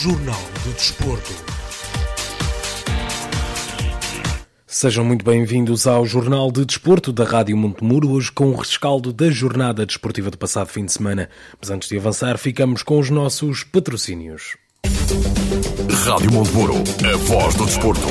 Jornal do Desporto. Sejam muito bem-vindos ao Jornal de Desporto da Rádio Montemuro, hoje com o rescaldo da jornada desportiva do passado fim de semana. Mas antes de avançar, ficamos com os nossos patrocínios. Rádio Montemuro, a voz do desporto.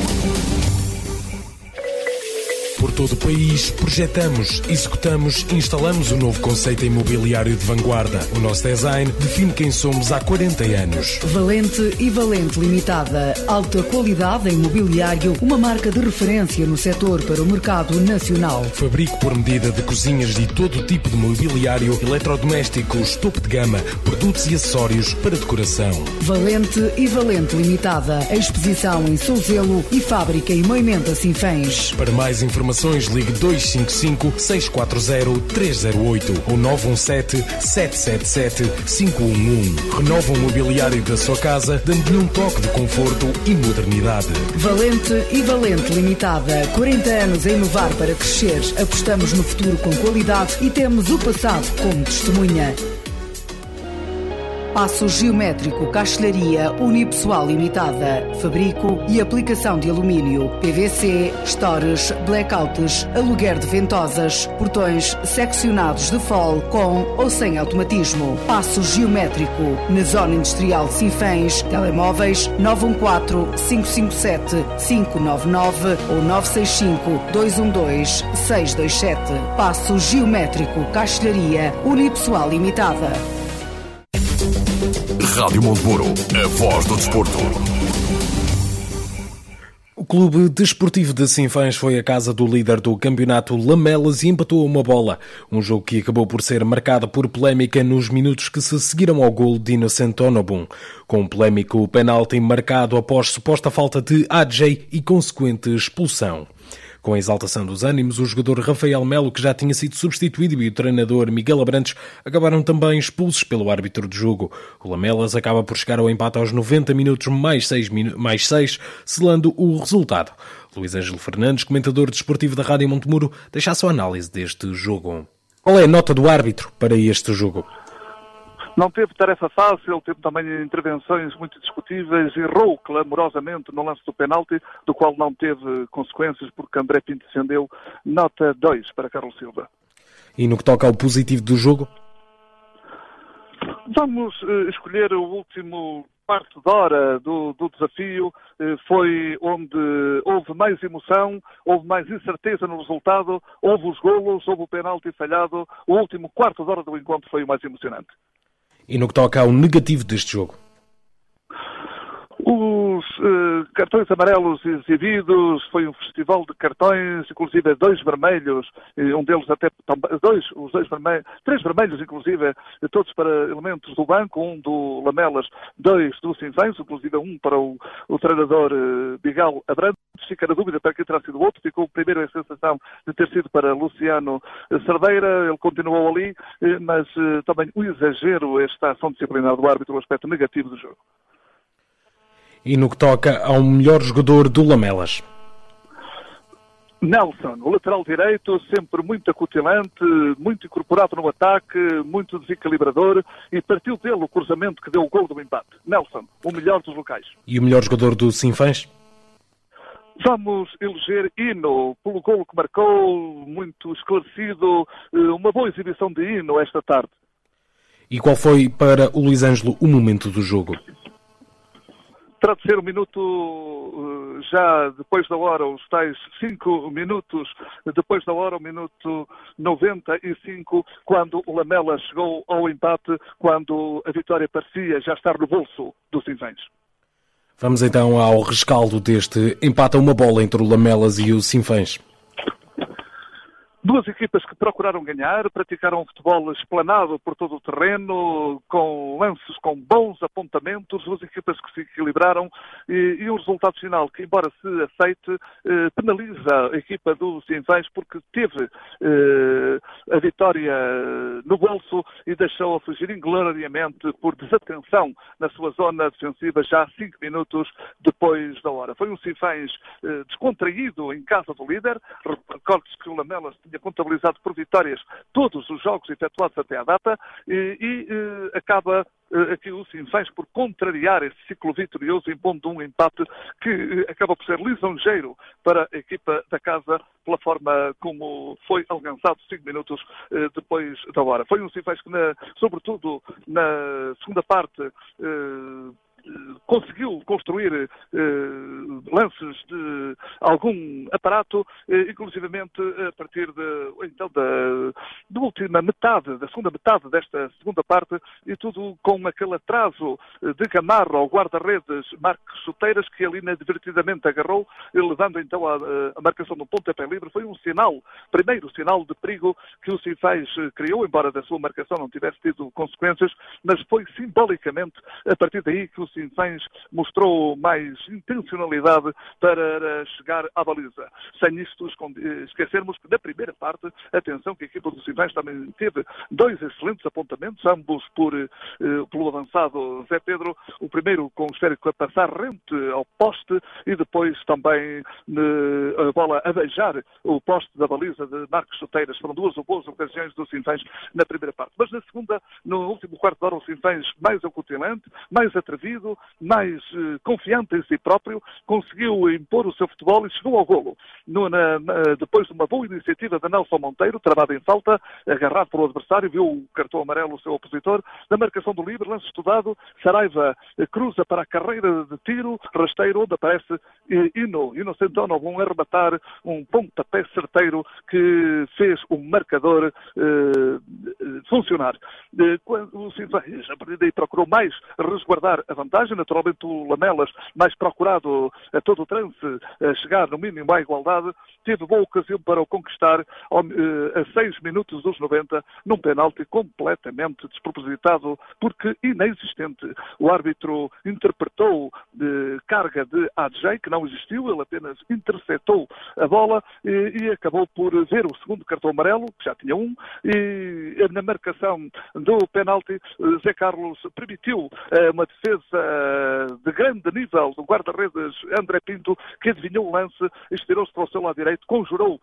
Por todo o país, projetamos, executamos e instalamos um novo conceito imobiliário de vanguarda. O nosso design define quem somos há 40 anos. Valente e Valente Limitada. Alta qualidade em imobiliário, uma marca de referência no setor para o mercado nacional. Fabrico por medida de cozinhas e todo tipo de mobiliário, eletrodomésticos, topo de gama, produtos e acessórios para decoração. Valente e Valente Limitada. Exposição em Souzelo e fábrica em Moimenta Sinfãs. Para mais informações, ligue 255-640-308 ou 917-777-511. Renova o mobiliário da sua casa, dando-lhe um toque de conforto e modernidade. Valente e Valente Limitada. 40 anos a inovar para crescer. Apostamos no futuro com qualidade e temos o passado como testemunha. Passo Geométrico, Castelharia Unipessoal Limitada. Fabrico e aplicação de alumínio, PVC, stores, blackouts, aluguer de ventosas, portões seccionados de fol com ou sem automatismo. Passo Geométrico, na Zona Industrial de Sinfãs. Telemóveis 914-557-599 ou 965-212-627. Passo Geométrico, Castelharia Unipessoal Limitada. Rádio Montemuro, a voz do desporto. O Clube Desportivo de Sinfãs foi a casa do líder do campeonato Lamelas e empatou uma bola. Um jogo que acabou por ser marcado por polémica nos minutos que se seguiram ao golo de Innocent Onobum, com um polémico penalti marcado após suposta falta de AJ e consequente expulsão. Com a exaltação dos ânimos, o jogador Rafael Melo, que já tinha sido substituído, e o treinador Miguel Abrantes acabaram também expulsos pelo árbitro de jogo. O Lamelas acaba por chegar ao empate aos 90 minutos mais 6, selando o resultado. Luís Ângelo Fernandes, comentador desportivo da Rádio Montemuro, deixa a sua análise deste jogo. Qual é a nota do árbitro para este jogo? Não teve tarefa fácil, teve também intervenções muito discutíveis, errou clamorosamente no lance do penalti, do qual não teve consequências, porque André Pinto defendeu. Nota 2 para Carlos Silva. E no que toca ao positivo do jogo? Vamos escolher o último quarto de hora do desafio. Foi onde houve mais emoção, houve mais incerteza no resultado, houve os golos, houve o penalti falhado. O último quarto de hora do encontro foi o mais emocionante. E no que toca ao negativo deste jogo? Os cartões amarelos exibidos, foi um festival de cartões, inclusive 2 vermelhos, um deles até três vermelhos, inclusive, todos para elementos do banco, um do Lamelas, 2 do Sinfãs, inclusive um para o treinador Miguel Abrantes. Fica na dúvida para quem terá sido o outro. Ficou o primeiro a sensação de ter sido para Luciano Cerdeira, ele continuou ali, mas também o exagero, esta ação disciplinar do árbitro, o aspecto negativo do jogo. E no que toca ao melhor jogador do Lamelas? Nelson, o lateral direito, sempre muito acutilante, muito incorporado no ataque, muito desequilibrador, e partiu dele o cruzamento que deu o gol do empate. Nelson, o melhor dos locais. E o melhor jogador do Sinfãs? Vamos eleger Hino, pelo golo que marcou, muito esclarecido, uma boa exibição de Hino esta tarde. E qual foi para o Luís Ângelo o momento do jogo? Terá de ser um minuto já depois da hora, os tais 5 minutos depois da hora, o minuto 95, quando o Lamela chegou ao empate, quando a vitória parecia já estar no bolso dos Sinfãs. Vamos então ao rescaldo deste empate a uma bola entre o Lamelas e o Sinfãs. Duas equipas que procuraram ganhar, praticaram um futebol esplanado por todo o terreno, com lances com bons apontamentos, duas equipas que se equilibraram e um resultado final que, embora se aceite, penaliza a equipa do Sinfãs porque teve a vitória no bolso e deixou-a fugir ingloriamente por desatenção na sua zona defensiva já 5 minutos depois da hora. Foi um Sinfãs descontraído em casa do líder. Recorde-se que o Lamelas tinha contabilizado por vitórias todos os jogos efetuados até à data e acaba aqui o Sinfãs por contrariar esse ciclo vitorioso, impondo um empate que acaba por ser lisonjeiro para a equipa da casa pela forma como foi alcançado 5 minutos depois da hora. Foi um Sinfãs que, sobretudo na segunda parte, conseguiu construir lances de algum aparato, inclusivamente a partir da última metade, da segunda metade desta segunda parte, e tudo com aquele atraso de Gamarra ao guarda-redes Marcos Chuteiras, que ali inadvertidamente agarrou, levando então a marcação do pontapé livre. Foi um sinal, primeiro sinal de perigo que o Sinfãs criou, embora da sua marcação não tivesse tido consequências, mas foi simbolicamente a partir daí que o Sinfãs mostrou mais intencionalidade para chegar à baliza. Sem isto esquecermos que na primeira parte, atenção que a equipa do Sinfãs também teve 2 excelentes apontamentos, ambos pelo avançado Zé Pedro, o primeiro com o esférico a passar rente ao poste e depois também a bola a beijar o poste da baliza de Marcos Chuteiras. Foram 2 boas ocasiões do Sinfãs na primeira parte. Mas na segunda, no último quarto de hora, o Sinfãs mais acutilante, mais atrevido, mais confiante em si próprio, conseguiu impor o seu futebol e chegou ao golo. Depois de uma boa iniciativa de Nelson Monteiro, travado em falta, agarrado pelo adversário, viu o cartão amarelo o seu opositor. Na marcação do livre, lance estudado, Saraiva cruza para a carreira de tiro, rasteiro, onde aparece Ino Centeno, a arrematar um pontapé certeiro que fez o marcador funcionar. O Sinfãs, a partir daí, procurou mais resguardar a vantagem. Naturalmente o Lamelas, mais procurado a todo o trance, a chegar no mínimo à igualdade, teve boa ocasião para o conquistar a 6 minutos dos 90, num penalti completamente despropositado, porque inexistente. O árbitro interpretou carga de AJ, que não existiu, ele apenas interceptou a bola e acabou por ver o segundo cartão amarelo, que já tinha um, e na marcação do penalti, Zé Carlos permitiu uma defesa de grande nível do guarda-redes André Pinto, que adivinhou o lance, estirou-se para o seu lado direito, conjurou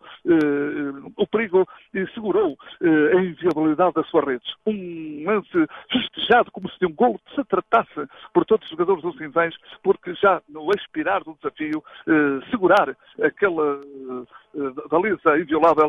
o perigo e segurou a inviabilidade das suas redes. Um lance festejado como se de um golo se tratasse por todos os jogadores do Sinfãs, porque já no expirar do desafio, segurar aquela baliza inviolável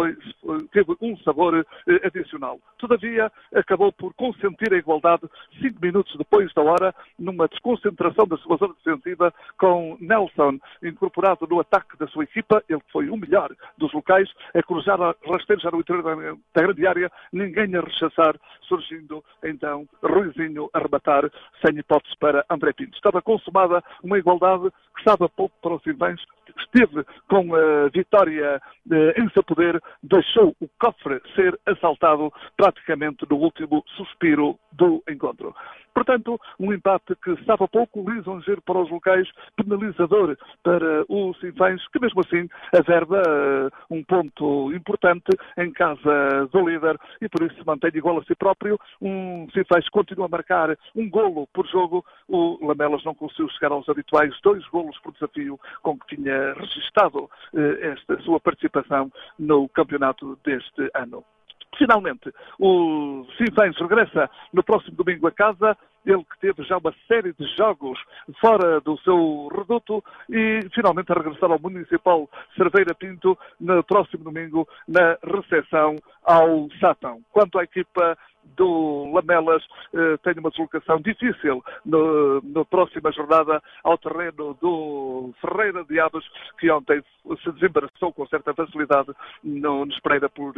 teve um sabor adicional. Todavia, acabou por consentir a igualdade 5 minutos depois da hora, numa desconcentração da sua zona defensiva, com Nelson incorporado no ataque da sua equipa, ele foi o melhor dos locais, a cruzar rasteiros já no interior da grande área, ninguém a rechaçar, surgindo então Ruizinho a rematar, sem hipótese para André Pinto. Estava consumada uma igualdade que estava pouco para os Sinfãs, esteve com a vitória em seu poder, deixou o cofre ser assaltado praticamente no último suspiro do encontro. Portanto, um empate que estava pouco, lisonjeiro para os locais, penalizador para o Sinfãs, que mesmo assim averba um ponto importante em casa do líder e por isso se mantém igual a si próprio. Um Sinfãs continua a marcar um golo por jogo. O Lamelas não conseguiu chegar aos habituais 2 golos por desafio com que tinha registado esta sua participação no campeonato deste ano. Finalmente, o Sinfãs regressa no próximo domingo a casa, ele que teve já uma série de jogos fora do seu reduto e finalmente a regressar ao Municipal Cerveira Pinto no próximo domingo na recepção ao Sátão. Quanto à equipa do Lamelas, tem uma deslocação difícil na próxima jornada ao terreno do Ferreira de Aves, que ontem se desembaraçou com certa facilidade no Espreira por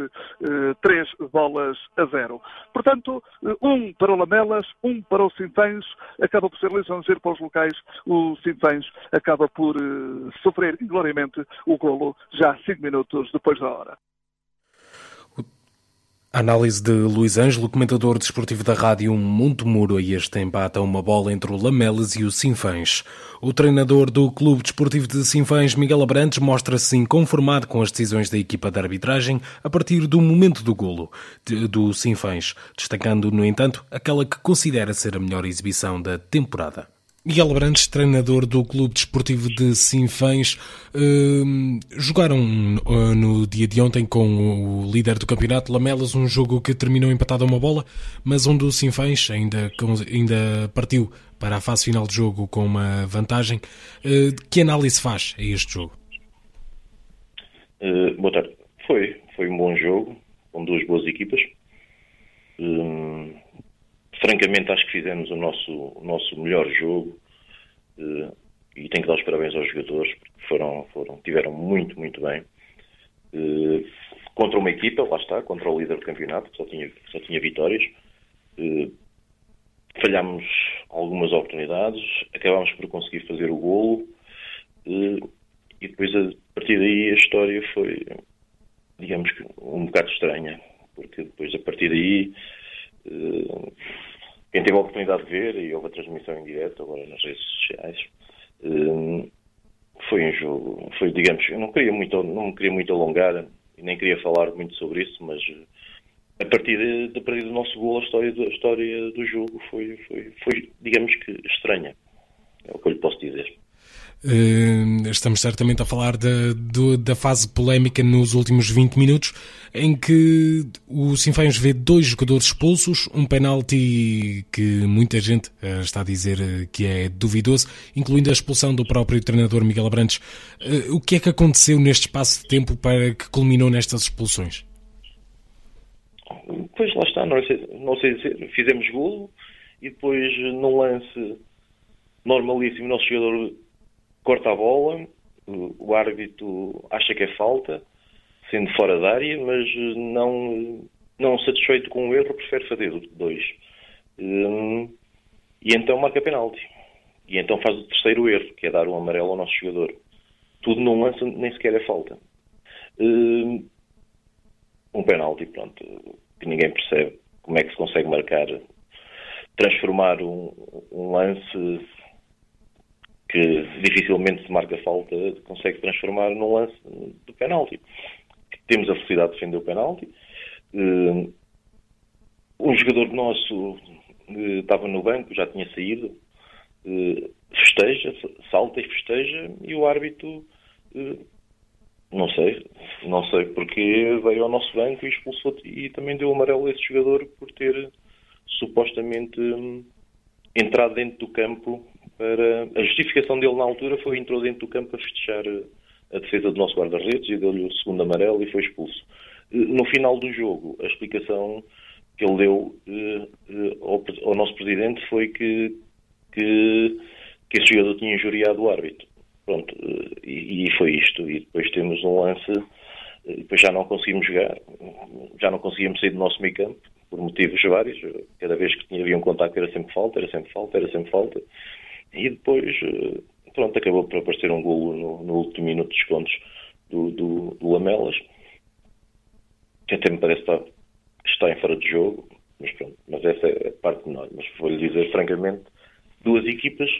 3-0. Portanto, 1 para o Lamelas, 1 para o Sinfãs, acaba por ser lisonjeiro para os locais. O Sinfãs acaba por sofrer ingloriamente o golo já 5 minutos depois da hora. A análise de Luís Ângelo, comentador desportivo da Rádio Montemuro, a este empate a uma bola entre o Lamelas e o Sinfãs. O treinador do Clube Desportivo de Sinfãs, Miguel Abrantes, mostra-se inconformado com as decisões da equipa de arbitragem a partir do momento do golo do Sinfãs, destacando, no entanto, aquela que considera ser a melhor exibição da temporada. Miguel Abrantes, treinador do Clube Desportivo de Sinfãs, jogaram no dia de ontem com o líder do campeonato, Lamelas, um jogo que terminou empatado a uma bola, mas onde o Sinfãs ainda partiu para a fase final de jogo com uma vantagem. Que análise faz a este jogo? Boa tarde. Foi um bom jogo, com duas boas equipas. Francamente, acho que fizemos o nosso melhor jogo, e tenho que dar os parabéns aos jogadores, porque tiveram muito, muito bem. Contra uma equipa, lá está, contra o líder do campeonato, que só tinha vitórias. Falhámos algumas oportunidades, acabámos por conseguir fazer o golo, e depois, a partir daí, a história foi, digamos que, um bocado estranha, porque depois, a partir daí, quem teve a oportunidade de ver, e houve a transmissão em direto agora nas redes sociais, foi um jogo, digamos, eu não me queria muito alongar e nem queria falar muito sobre isso, mas a partir do nosso gol, a história do jogo foi, digamos que, estranha, é o que eu lhe posso dizer. Estamos certamente a falar da fase polémica nos últimos 20 minutos, em que o Sinfãs vê 2 jogadores expulsos, um penalti que muita gente está a dizer que é duvidoso, incluindo a expulsão do próprio treinador Miguel Abrantes. O que é que aconteceu neste espaço de tempo para que culminou nestas expulsões? Pois, lá está, não sei dizer, fizemos golo e depois, num lance normalíssimo, o nosso jogador corta a bola, o árbitro acha que é falta, sendo fora da área, mas não satisfeito com o erro, prefere fazer 2. E então marca penalti. E então faz o terceiro erro, que é dar um amarelo ao nosso jogador. Tudo num lance, nem sequer é falta. Um penalti, pronto, que ninguém percebe como é que se consegue transformar um lance que dificilmente se marca falta, consegue transformar num lance de penalti. Temos a felicidade de defender o penalti. Um jogador nosso estava no banco, já tinha saído, festeja, salta e festeja, e o árbitro, não sei porque veio ao nosso banco e expulsou, e também deu amarelo a esse jogador por ter supostamente entrado dentro do campo. A justificação dele na altura foi que entrou dentro do campo a festejar a defesa do nosso guarda-redes e deu-lhe o segundo amarelo e foi expulso. No final do jogo, a explicação que ele deu ao nosso presidente foi que esse jogador tinha injuriado o árbitro. Pronto, e foi isto. E depois temos um lance, depois já não conseguimos jogar, já não conseguíamos sair do nosso meio campo, por motivos vários. Cada vez que havia um contacto era sempre falta. E depois, pronto, acabou por aparecer um golo no último minuto dos contos do Lamelas, que até me parece que está em fora de jogo, mas pronto, mas essa é a parte menor. Mas vou-lhe dizer, francamente, 2 equipas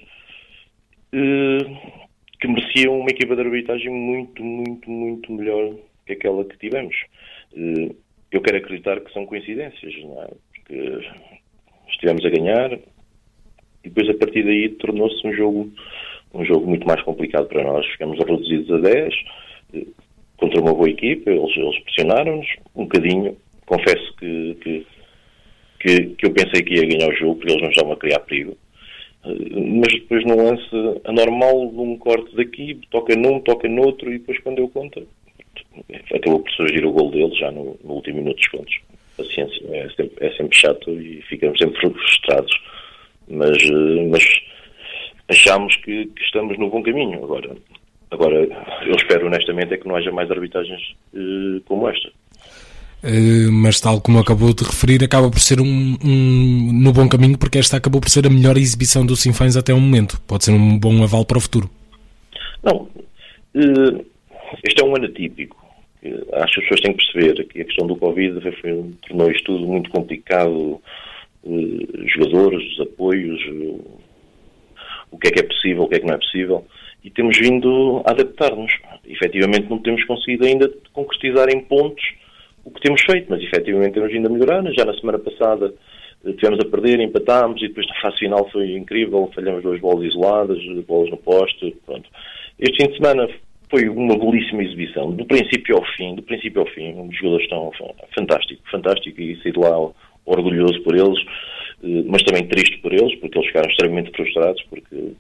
que mereciam uma equipa de arbitragem muito, muito, muito melhor que aquela que tivemos. Eu quero acreditar que são coincidências, não é? Porque estivemos a ganhar, e depois, a partir daí, tornou-se um jogo muito mais complicado para nós. Ficamos reduzidos a 10, contra uma boa equipa, eles pressionaram-nos um bocadinho. Confesso que eu pensei que ia ganhar o jogo, porque eles não estavam a criar perigo. Mas depois, no lance anormal, num corte daqui, toca num, toca noutro, e depois, quando deu conta, acabou por surgir o gol deles, já no último minuto dos contos. Paciência, é sempre chato e ficamos sempre frustrados. Mas achamos que estamos no bom caminho. Agora, eu espero honestamente é que não haja mais arbitragens como esta. Mas, tal como acabou de referir, acaba por ser no bom caminho, porque esta acabou por ser a melhor exibição do Sinfãs até o momento. Pode ser um bom aval para o futuro. Não, este é um ano atípico. Acho que as pessoas têm que perceber que a questão do Covid tornou isto tudo muito complicado. Jogadores, os apoios, o que é possível, o que é que não é possível, e temos vindo a adaptar-nos. Efetivamente não temos conseguido ainda concretizar em pontos o que temos feito, mas efetivamente temos vindo a melhorar. Já na semana passada tivemos a perder, empatámos, e depois na fase final foi incrível, falhamos 2 bolas isoladas, bolas no poste, pronto. Este fim de semana foi uma belíssima exibição, do princípio ao fim, os jogadores estão fantástico, e saí de lá orgulhoso por eles, mas também triste por eles, porque eles ficaram extremamente frustrados, porque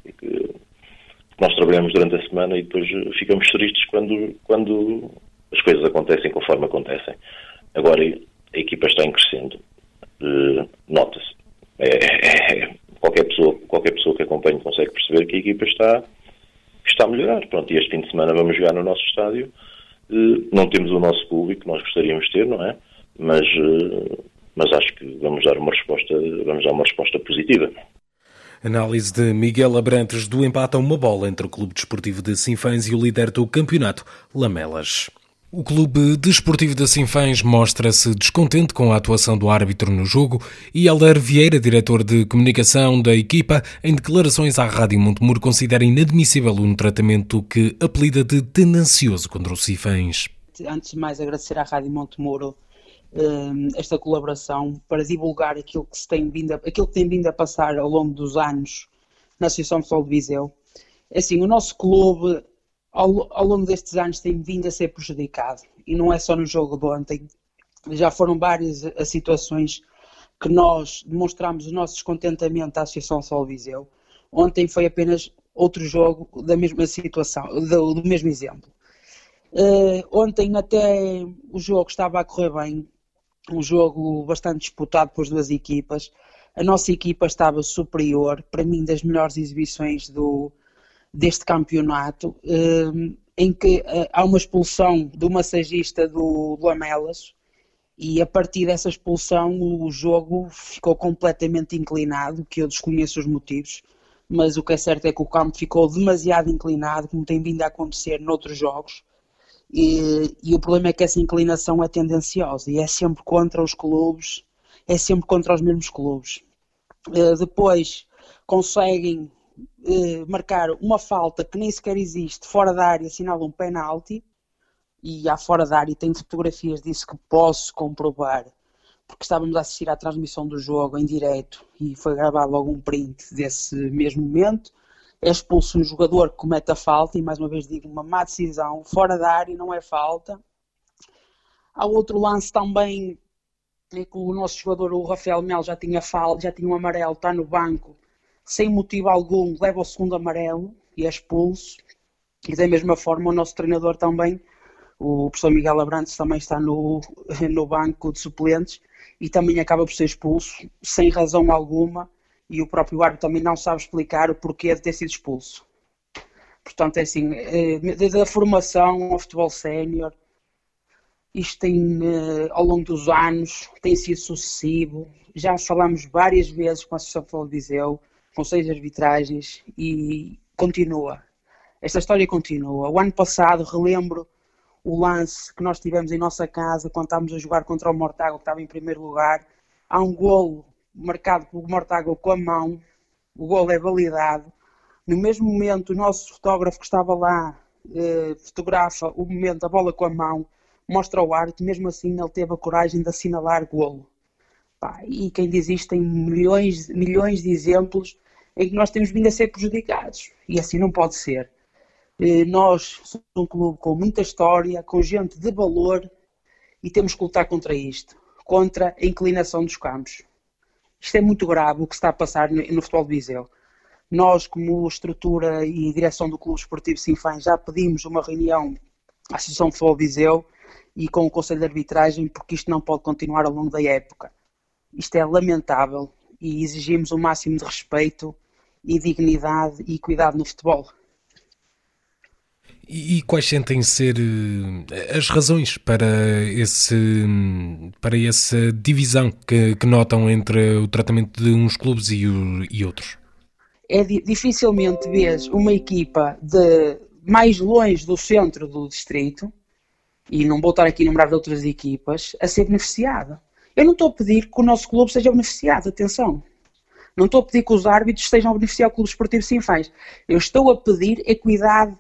nós trabalhamos durante a semana e depois ficamos tristes quando as coisas acontecem conforme acontecem. Agora a equipa está em crescendo, nota-se. Qualquer pessoa que acompanhe consegue perceber que a equipa está a melhorar. Pronto, e este fim de semana vamos jogar no nosso estádio. Não temos o nosso público que nós gostaríamos de ter, não é? Mas acho que vamos dar uma resposta positiva. Análise de Miguel Abrantes do empate a uma bola entre o Clube Desportivo de Sinfãs e o líder do campeonato, Lamelas. O Clube Desportivo de Sinfãs mostra-se descontente com a atuação do árbitro no jogo e Helder Vieira, diretor de comunicação da equipa, em declarações à Rádio Montemuro, considera inadmissível um tratamento que apelida de tendencioso contra o Sinfãs. Antes de mais, agradecer à Rádio Montemuro esta colaboração para divulgar aquilo que tem vindo a passar ao longo dos anos na Associação de Futebol de Viseu. Assim, o nosso clube ao longo destes anos tem vindo a ser prejudicado, e não é só no jogo de ontem. Já foram várias as situações que nós demonstramos o nosso descontentamento à Associação de Futebol de Viseu. Ontem foi apenas outro jogo da mesma situação, do mesmo exemplo. Ontem até o jogo estava a correr bem, um jogo bastante disputado pelas duas equipas. A nossa equipa estava superior, para mim das melhores exibições deste campeonato, em que há uma expulsão do massagista do Lamelas, e a partir dessa expulsão o jogo ficou completamente inclinado, que eu desconheço os motivos, mas o que é certo é que o campo ficou demasiado inclinado, como tem vindo a acontecer noutros jogos. E o problema é que essa inclinação é tendenciosa e é sempre contra os clubes, é sempre contra os mesmos clubes. Depois conseguem marcar uma falta que nem sequer existe fora da área, assinala um penalti, e há fora da área, tenho fotografias disso que posso comprovar, porque estávamos a assistir à transmissão do jogo em direto e foi gravado logo um print desse mesmo momento. É expulso um jogador que comete a falta, e mais uma vez digo, uma má decisão, fora da área, não é falta. Há outro lance também, é que o nosso jogador, o Rafael Melo, já tinha um amarelo, está no banco, sem motivo algum, leva o segundo amarelo e é expulso. E da mesma forma o nosso treinador também, o professor Miguel Abrantes, também está no banco de suplentes e também acaba por ser expulso, sem razão alguma. E o próprio árbitro também não sabe explicar o porquê de ter sido expulso. Portanto, é assim, desde a formação ao futebol sénior, isto tem, ao longo dos anos, tem sido sucessivo. Já falámos várias vezes com a Associação de Futebol de Viseu, conselhos de arbitragens, e continua. Esta história continua. O ano passado, relembro o lance que nós tivemos em nossa casa, quando estávamos a jogar contra o Mortágua, que estava em primeiro lugar. Há um golo marcado pelo Mortágua com a mão, o golo é validado. No mesmo momento, o nosso fotógrafo que estava lá fotografa o momento, a bola com a mão, mostra ao árbitro, mesmo assim ele teve a coragem de assinalar golo. E quem diz isto tem milhões de exemplos em que nós temos vindo a ser prejudicados, e assim não pode ser. Nós somos um clube com muita história, com gente de valor, e temos que lutar contra isto, contra a inclinação dos campos. Isto é muito grave o que está a passar no futebol de Viseu. Nós, como estrutura e direção do Clube Esportivo Sinfãs, já pedimos uma reunião à Associação de Futebol de Viseu e com o Conselho de Arbitragem, porque isto não pode continuar ao longo da época. Isto é lamentável e exigimos o máximo de respeito e dignidade e cuidado no futebol. E quais sentem ser as razões para essa divisão que notam entre o tratamento de uns clubes e outros? Dificilmente vês uma equipa de mais longe do centro do distrito, e não vou estar aqui a lembrar de outras equipas, a ser beneficiada. Eu não estou a pedir que o nosso clube seja beneficiado, atenção. Não estou a pedir que os árbitros estejam a beneficiar o Clube Esportivo Sinfãs. Eu estou a pedir equidade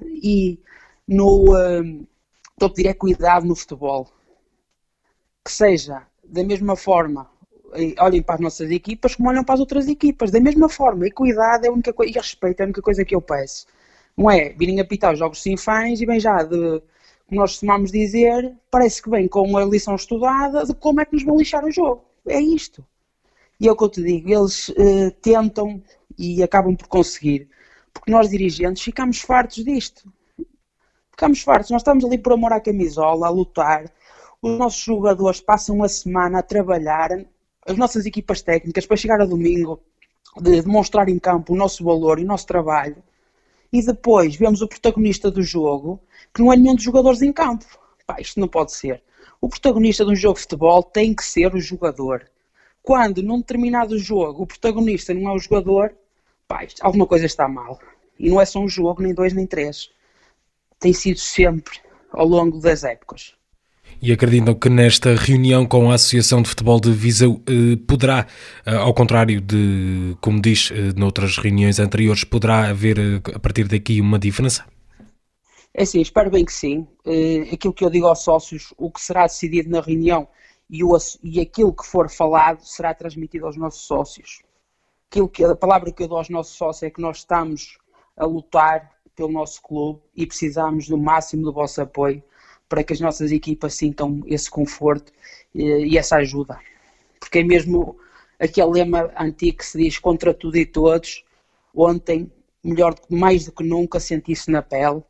estou a pedir equidade no futebol. Que seja da mesma forma olhem para as nossas equipas como olham para as outras equipas, da mesma forma, e cuidado é a única coisa, e respeito é a única coisa que eu peço. Não é virem apitar os jogos sem fãs e bem já como nós costumamos dizer, parece que vem com a lição estudada de como é que nos vão lixar o jogo. É isto. E é o que eu te digo, eles tentam e acabam por conseguir. Porque nós dirigentes ficamos fartos disto. Ficamos fartos. Nós estamos ali por amor à camisola, a lutar. Os nossos jogadores passam a semana a trabalhar, as nossas equipas técnicas, para chegar a domingo, de demonstrar em campo o nosso valor e o nosso trabalho. E depois vemos o protagonista do jogo, que não é nenhum dos jogadores em campo. Pá, isto não pode ser. O protagonista de um jogo de futebol tem que ser o jogador. Quando, num determinado jogo, o protagonista não é o jogador, pá, alguma coisa está mal. E não é só um jogo, nem 2, nem 3. Tem sido sempre, ao longo das épocas. E acreditam que nesta reunião com a Associação de Futebol de Viseu poderá, ao contrário de, como diz, noutras reuniões anteriores, poderá haver a partir daqui uma diferença? É assim, espero bem que sim. Aquilo que eu digo aos sócios, o que será decidido na reunião e aquilo que for falado será transmitido aos nossos sócios. A palavra que eu dou aos nossos sócios é que nós estamos a lutar pelo nosso clube e precisamos do máximo do vosso apoio para que as nossas equipas sintam esse conforto e essa ajuda. Porque é mesmo aquele lema antigo que se diz contra tudo e todos. Ontem, mais do que nunca, senti isso na pele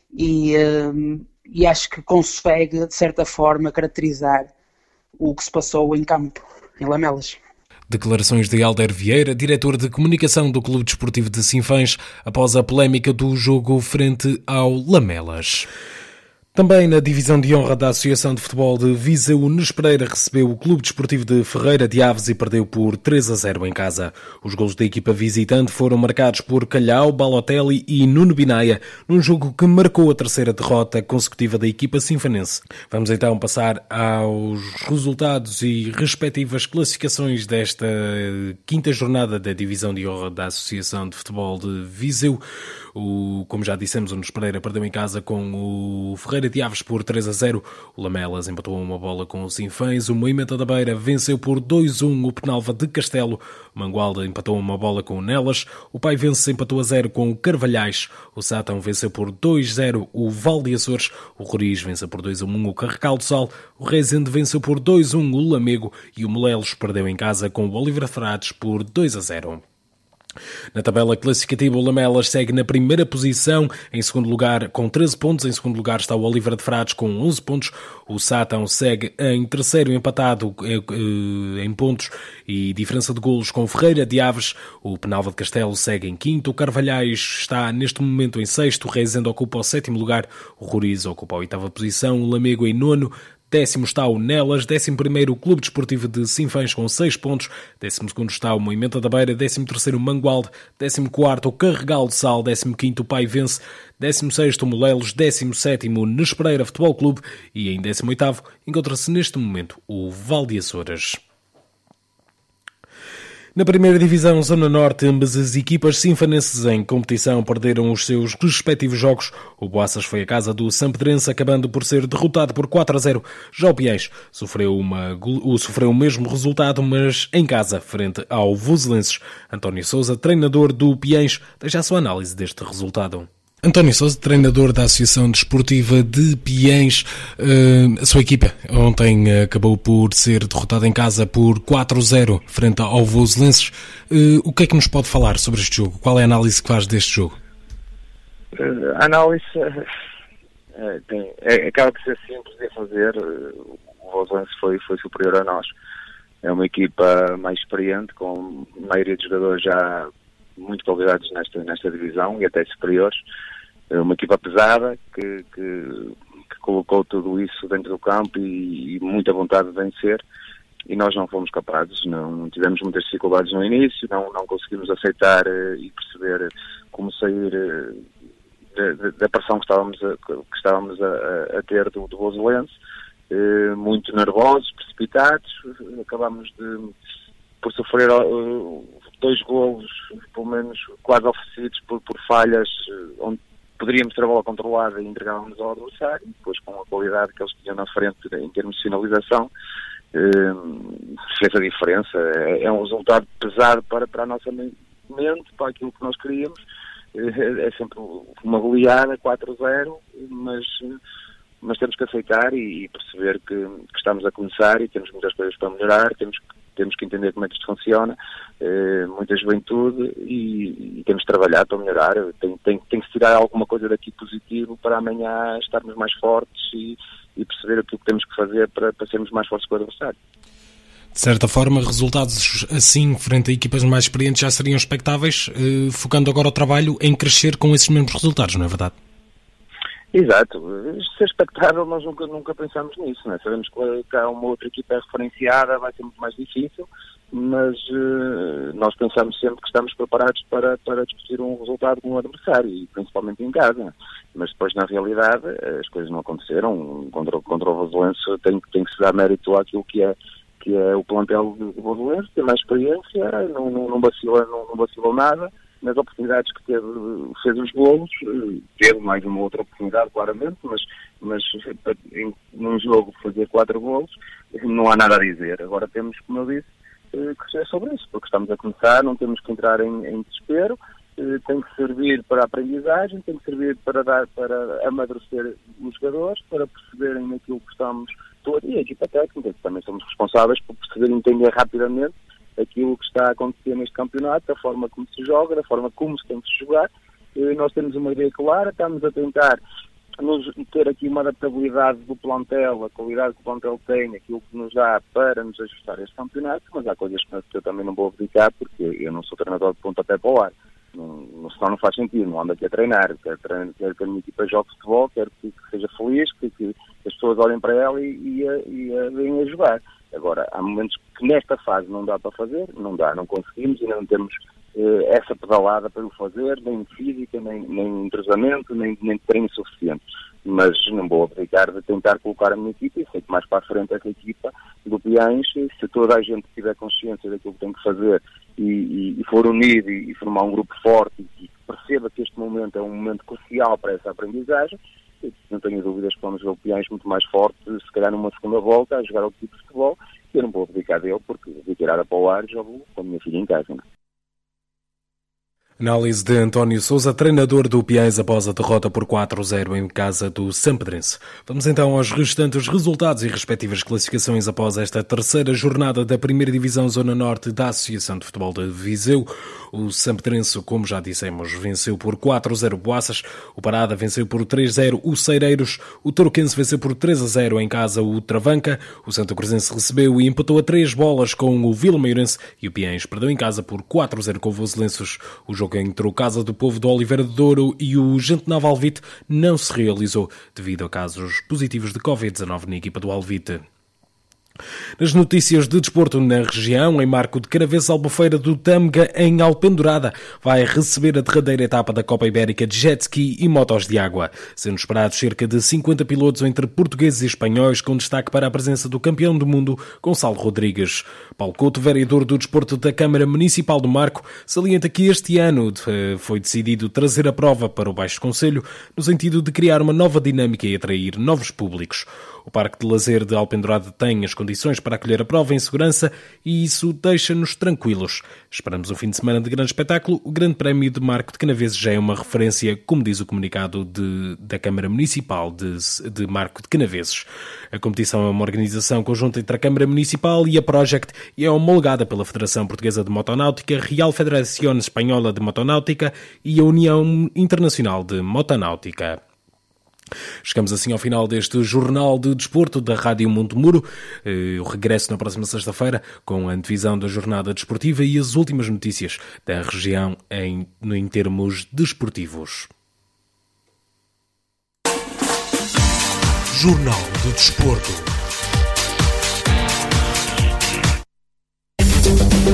e acho que consegue, de certa forma, caracterizar o que se passou em campo, em Lamelas. Declarações de Helder Vieira, diretor de comunicação do Clube Desportivo de Sinfãs, após a polémica do jogo frente ao Lamelas. Também na divisão de honra da Associação de Futebol de Viseu, o Nunes Pereira recebeu o Clube Desportivo de Ferreira de Aves e perdeu por 3-0 em casa. Os golos da equipa visitante foram marcados por Calhau, Balotelli e Nuno Binaia, num jogo que marcou a terceira derrota consecutiva da equipa sinfanense. Vamos então passar aos resultados e respectivas classificações desta quinta jornada da divisão de honra da Associação de Futebol de Viseu. Como já dissemos, o Nunes Pereira perdeu em casa com o Ferreira de Aves por 3-0. O Lamelas empatou uma bola com o Sinfãs. O Moimenta da Beira venceu por 2-1 o Penalva de Castelo. O Mangualde empatou uma bola com o Nelas. O Paivense empatou a 0 com o Carvalhais. O Sátão venceu por 2-0 o Val de Açores. O Roriz venceu por 2-1 o Carregal do Sal. O Rezende venceu por 2-1 o Lamego. E o Molelos perdeu em casa com o Oliveira Frades por 2-0. Na tabela classificativa, o Lamelas segue na primeira posição, em segundo lugar com 13 pontos, em segundo lugar está o Oliveira de Frades com 11 pontos, o Sátão segue em terceiro empatado em pontos e diferença de golos com o Ferreira de Aves, o Penalva de Castelo segue em quinto, o Carvalhais está neste momento em sexto, o Rezende ocupa o sétimo lugar, o Roriz ocupa a oitava posição, o Lamego em nono, décimo está o Nelas, 11º o Clube Desportivo de Sinfãs com 6 pontos, 12º está o Moimenta da Beira, 13º o Mangualde, 14º o Carregal do Sal, 15º o Paivense, 16º o Molelos, 17º o Nunes Pereira Futebol Clube e em 18º encontra-se neste momento o Val de Açores. Na primeira divisão Zona Norte, ambas as equipas sinfanenses em competição perderam os seus respectivos jogos. O Boaças foi à casa do Sampedrense, acabando por ser derrotado por 4-0. Já o Piens sofreu o mesmo resultado, mas em casa, frente ao Voselenses. António Sousa, treinador do Piens, deixa a sua análise deste resultado. António Sousa, treinador da Associação Desportiva de Piens, a sua equipa ontem acabou por ser derrotada em casa por 4-0 frente ao Voselenses. O que é que nos pode falar sobre este jogo? Qual é a análise que faz deste jogo? A análise acaba por ser simples de fazer. O Voselenses foi superior a nós. É uma equipa mais experiente, com a maioria dos jogadores já muito qualificados nesta divisão e até superiores. Uma equipa pesada que colocou tudo isso dentro do campo e muita vontade de vencer, e nós não fomos capazes, não tivemos muitas dificuldades no início, não conseguimos aceitar e perceber como sair da pressão que estávamos a ter do Voselense, muito nervosos, precipitados, acabamos por sofrer 2 golos, pelo menos quase oferecidos por falhas, onde poderíamos ter a bola controlada e entregávamos ao adversário, depois com a qualidade que eles tinham na frente em termos de finalização, fez a diferença. É um resultado pesado para a nossa mente, para aquilo que nós queríamos. É sempre uma goleada, 4-0, mas temos que aceitar e perceber que estamos a começar e temos muitas coisas para melhorar, temos que entender como é que isto funciona, muita juventude e temos que trabalhar para melhorar. Tem que se tirar alguma coisa daqui positivo para amanhã estarmos mais fortes e perceber aquilo que temos que fazer para sermos mais fortes que o adversário. De certa forma, resultados assim, frente a equipas mais experientes, já seriam expectáveis, focando agora o trabalho em crescer com esses mesmos resultados, não é verdade? Exato. Ser expectável, nós nunca pensamos nisso, não é? Sabemos que há uma outra equipa referenciada, vai ser muito mais difícil, mas nós pensamos sempre que estamos preparados para discutir um resultado com um adversário, e principalmente em casa. Mas depois, na realidade, as coisas não aconteceram. Contra o Voselense tem que se dar mérito àquilo que é o plantel do Voselense, tem mais experiência, não vacilou nada. Nas oportunidades que teve, fez os golos, teve mais uma outra oportunidade, claramente, mas num jogo fazer 4 golos, não há nada a dizer. Agora temos, como eu disse, que ser sobre isso, porque estamos a começar, não temos que entrar em desespero, tem que servir para a aprendizagem, tem que servir para amadurecer os jogadores, para perceberem aquilo que estamos todos, e a equipa técnica, que também somos responsáveis por perceber e entender rapidamente aquilo que está a acontecer neste campeonato, da forma como se joga, da forma como se tem que jogar. Nós temos uma ideia clara, estamos a tentar ter aqui uma adaptabilidade do plantel, a qualidade que o plantel tem, aquilo que nos dá para nos ajustar a este campeonato, mas há coisas que eu também não vou abdicar, porque eu não sou treinador de pontapé para o ar. Senão não faz sentido, não ando aqui a treinar. Quero que a minha equipa jogue futebol, quero que seja feliz, que as pessoas olhem para ela e venham a jogar. Agora, há momentos que nesta fase não dá para fazer, não conseguimos, ainda não temos essa pedalada para o fazer, nem física, nem entrosamento, nem treino suficiente. Mas não vou abdicar de tentar colocar a minha equipa, e sei que mais para a frente essa equipa do Piães, se toda a gente tiver consciência daquilo que tem que fazer e for unido e formar um grupo forte e perceba que este momento é um momento crucial para essa aprendizagem, não tenho dúvidas que vamos ver o Piães muito mais forte, se calhar numa segunda volta, a jogar outro tipo de futebol. Eu não vou abdicar dele, porque vou tirar para o ar e jogo com a minha filha em casa. Não? Análise de António Sousa, treinador do Piães após a derrota por 4-0 em casa do Sampedrense. Vamos então aos restantes resultados e respectivas classificações após esta terceira jornada da primeira divisão Zona Norte da Associação de Futebol de Viseu. O Sampedrense, como já dissemos, venceu por 4-0 Boaças, o Parada venceu por 3-0 o Ceireiros, o Toroquense venceu por 3-0 em casa o Travanca, o Santa Cruzense recebeu e empatou a 3 bolas com o Vila Meirense e o Piães perdeu em casa por 4-0 com o Voselenses. O jogo entre o Casa do Povo do Oliveira de Douro e o Gentenal Alvite não se realizou devido a casos positivos de Covid-19 na equipa do Alvite. Nas notícias de desporto na região, em Marco de Canaveses, Albufeira do Tâmega, em Alpendurada, vai receber a derradeira etapa da Copa Ibérica de Jet Ski e motos de água, sendo esperados cerca de 50 pilotos entre portugueses e espanhóis, com destaque para a presença do campeão do mundo, Gonçalo Rodrigues. Paulo Couto, vereador do desporto da Câmara Municipal do Marco, salienta que este ano foi decidido trazer a prova para o Baixo Concelho, no sentido de criar uma nova dinâmica e atrair novos públicos. O Parque de Lazer de Alpendurada tem as condições para acolher a prova em segurança e isso deixa-nos tranquilos. Esperamos um fim de semana de grande espetáculo. O Grande Prémio de Marco de Canaveses já é uma referência, como diz o comunicado da Câmara Municipal de Marco de Canaveses. A competição é uma organização conjunta entre a Câmara Municipal e a Project e é homologada pela Federação Portuguesa de Motonáutica, Real Federación Espanhola de Motonáutica e a União Internacional de Motonáutica. Chegamos assim ao final deste Jornal de Desporto da Rádio Montemuro. Eu regresso na próxima sexta-feira com a antevisão da jornada desportiva e as últimas notícias da região em termos desportivos. Jornal de Desporto.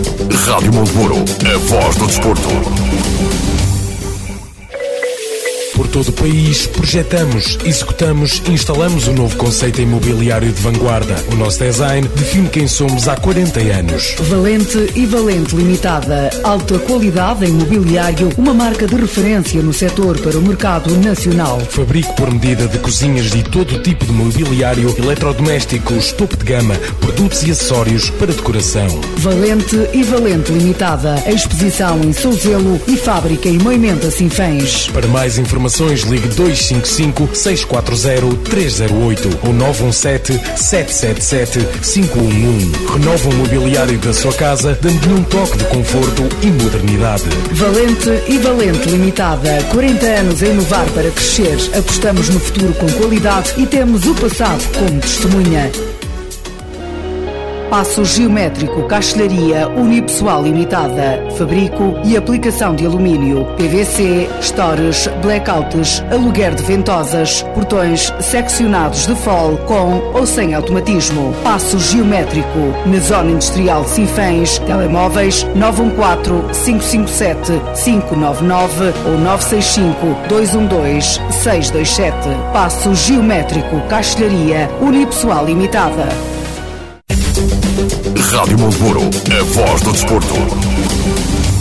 Rádio Montemuro, a voz do desporto. Por todo o país, projetamos, executamos e instalamos um novo conceito imobiliário de vanguarda. O nosso design define quem somos há 40 anos. Valente e Valente Limitada. Alta qualidade em mobiliário, uma marca de referência no setor para o mercado nacional. Fabrico por medida de cozinhas e todo tipo de mobiliário, eletrodomésticos, topo de gama, produtos e acessórios para decoração. Valente e Valente Limitada. A exposição em Souzelo e fábrica em Moimenta Sinfãs. Para mais informações, ligue 255 640 308 ou 917 777 511. Renova o mobiliário da sua casa, dando-lhe um toque de conforto e modernidade. Valente e Valente Limitada. 40 anos a inovar para crescer. Apostamos no futuro com qualidade e temos o passado como testemunha. Passo Geométrico Castelharia Unipessoal Limitada. Fabrico e aplicação de alumínio, PVC, stores, blackouts, aluguer de ventosas, portões seccionados de fol com ou sem automatismo. Passo Geométrico na Zona Industrial Sinfãs. Telemóveis 914-557-599 ou 965-212-627. Passo Geométrico Castelharia Unipessoal Limitada. Rádio Monteburo, a voz do desporto.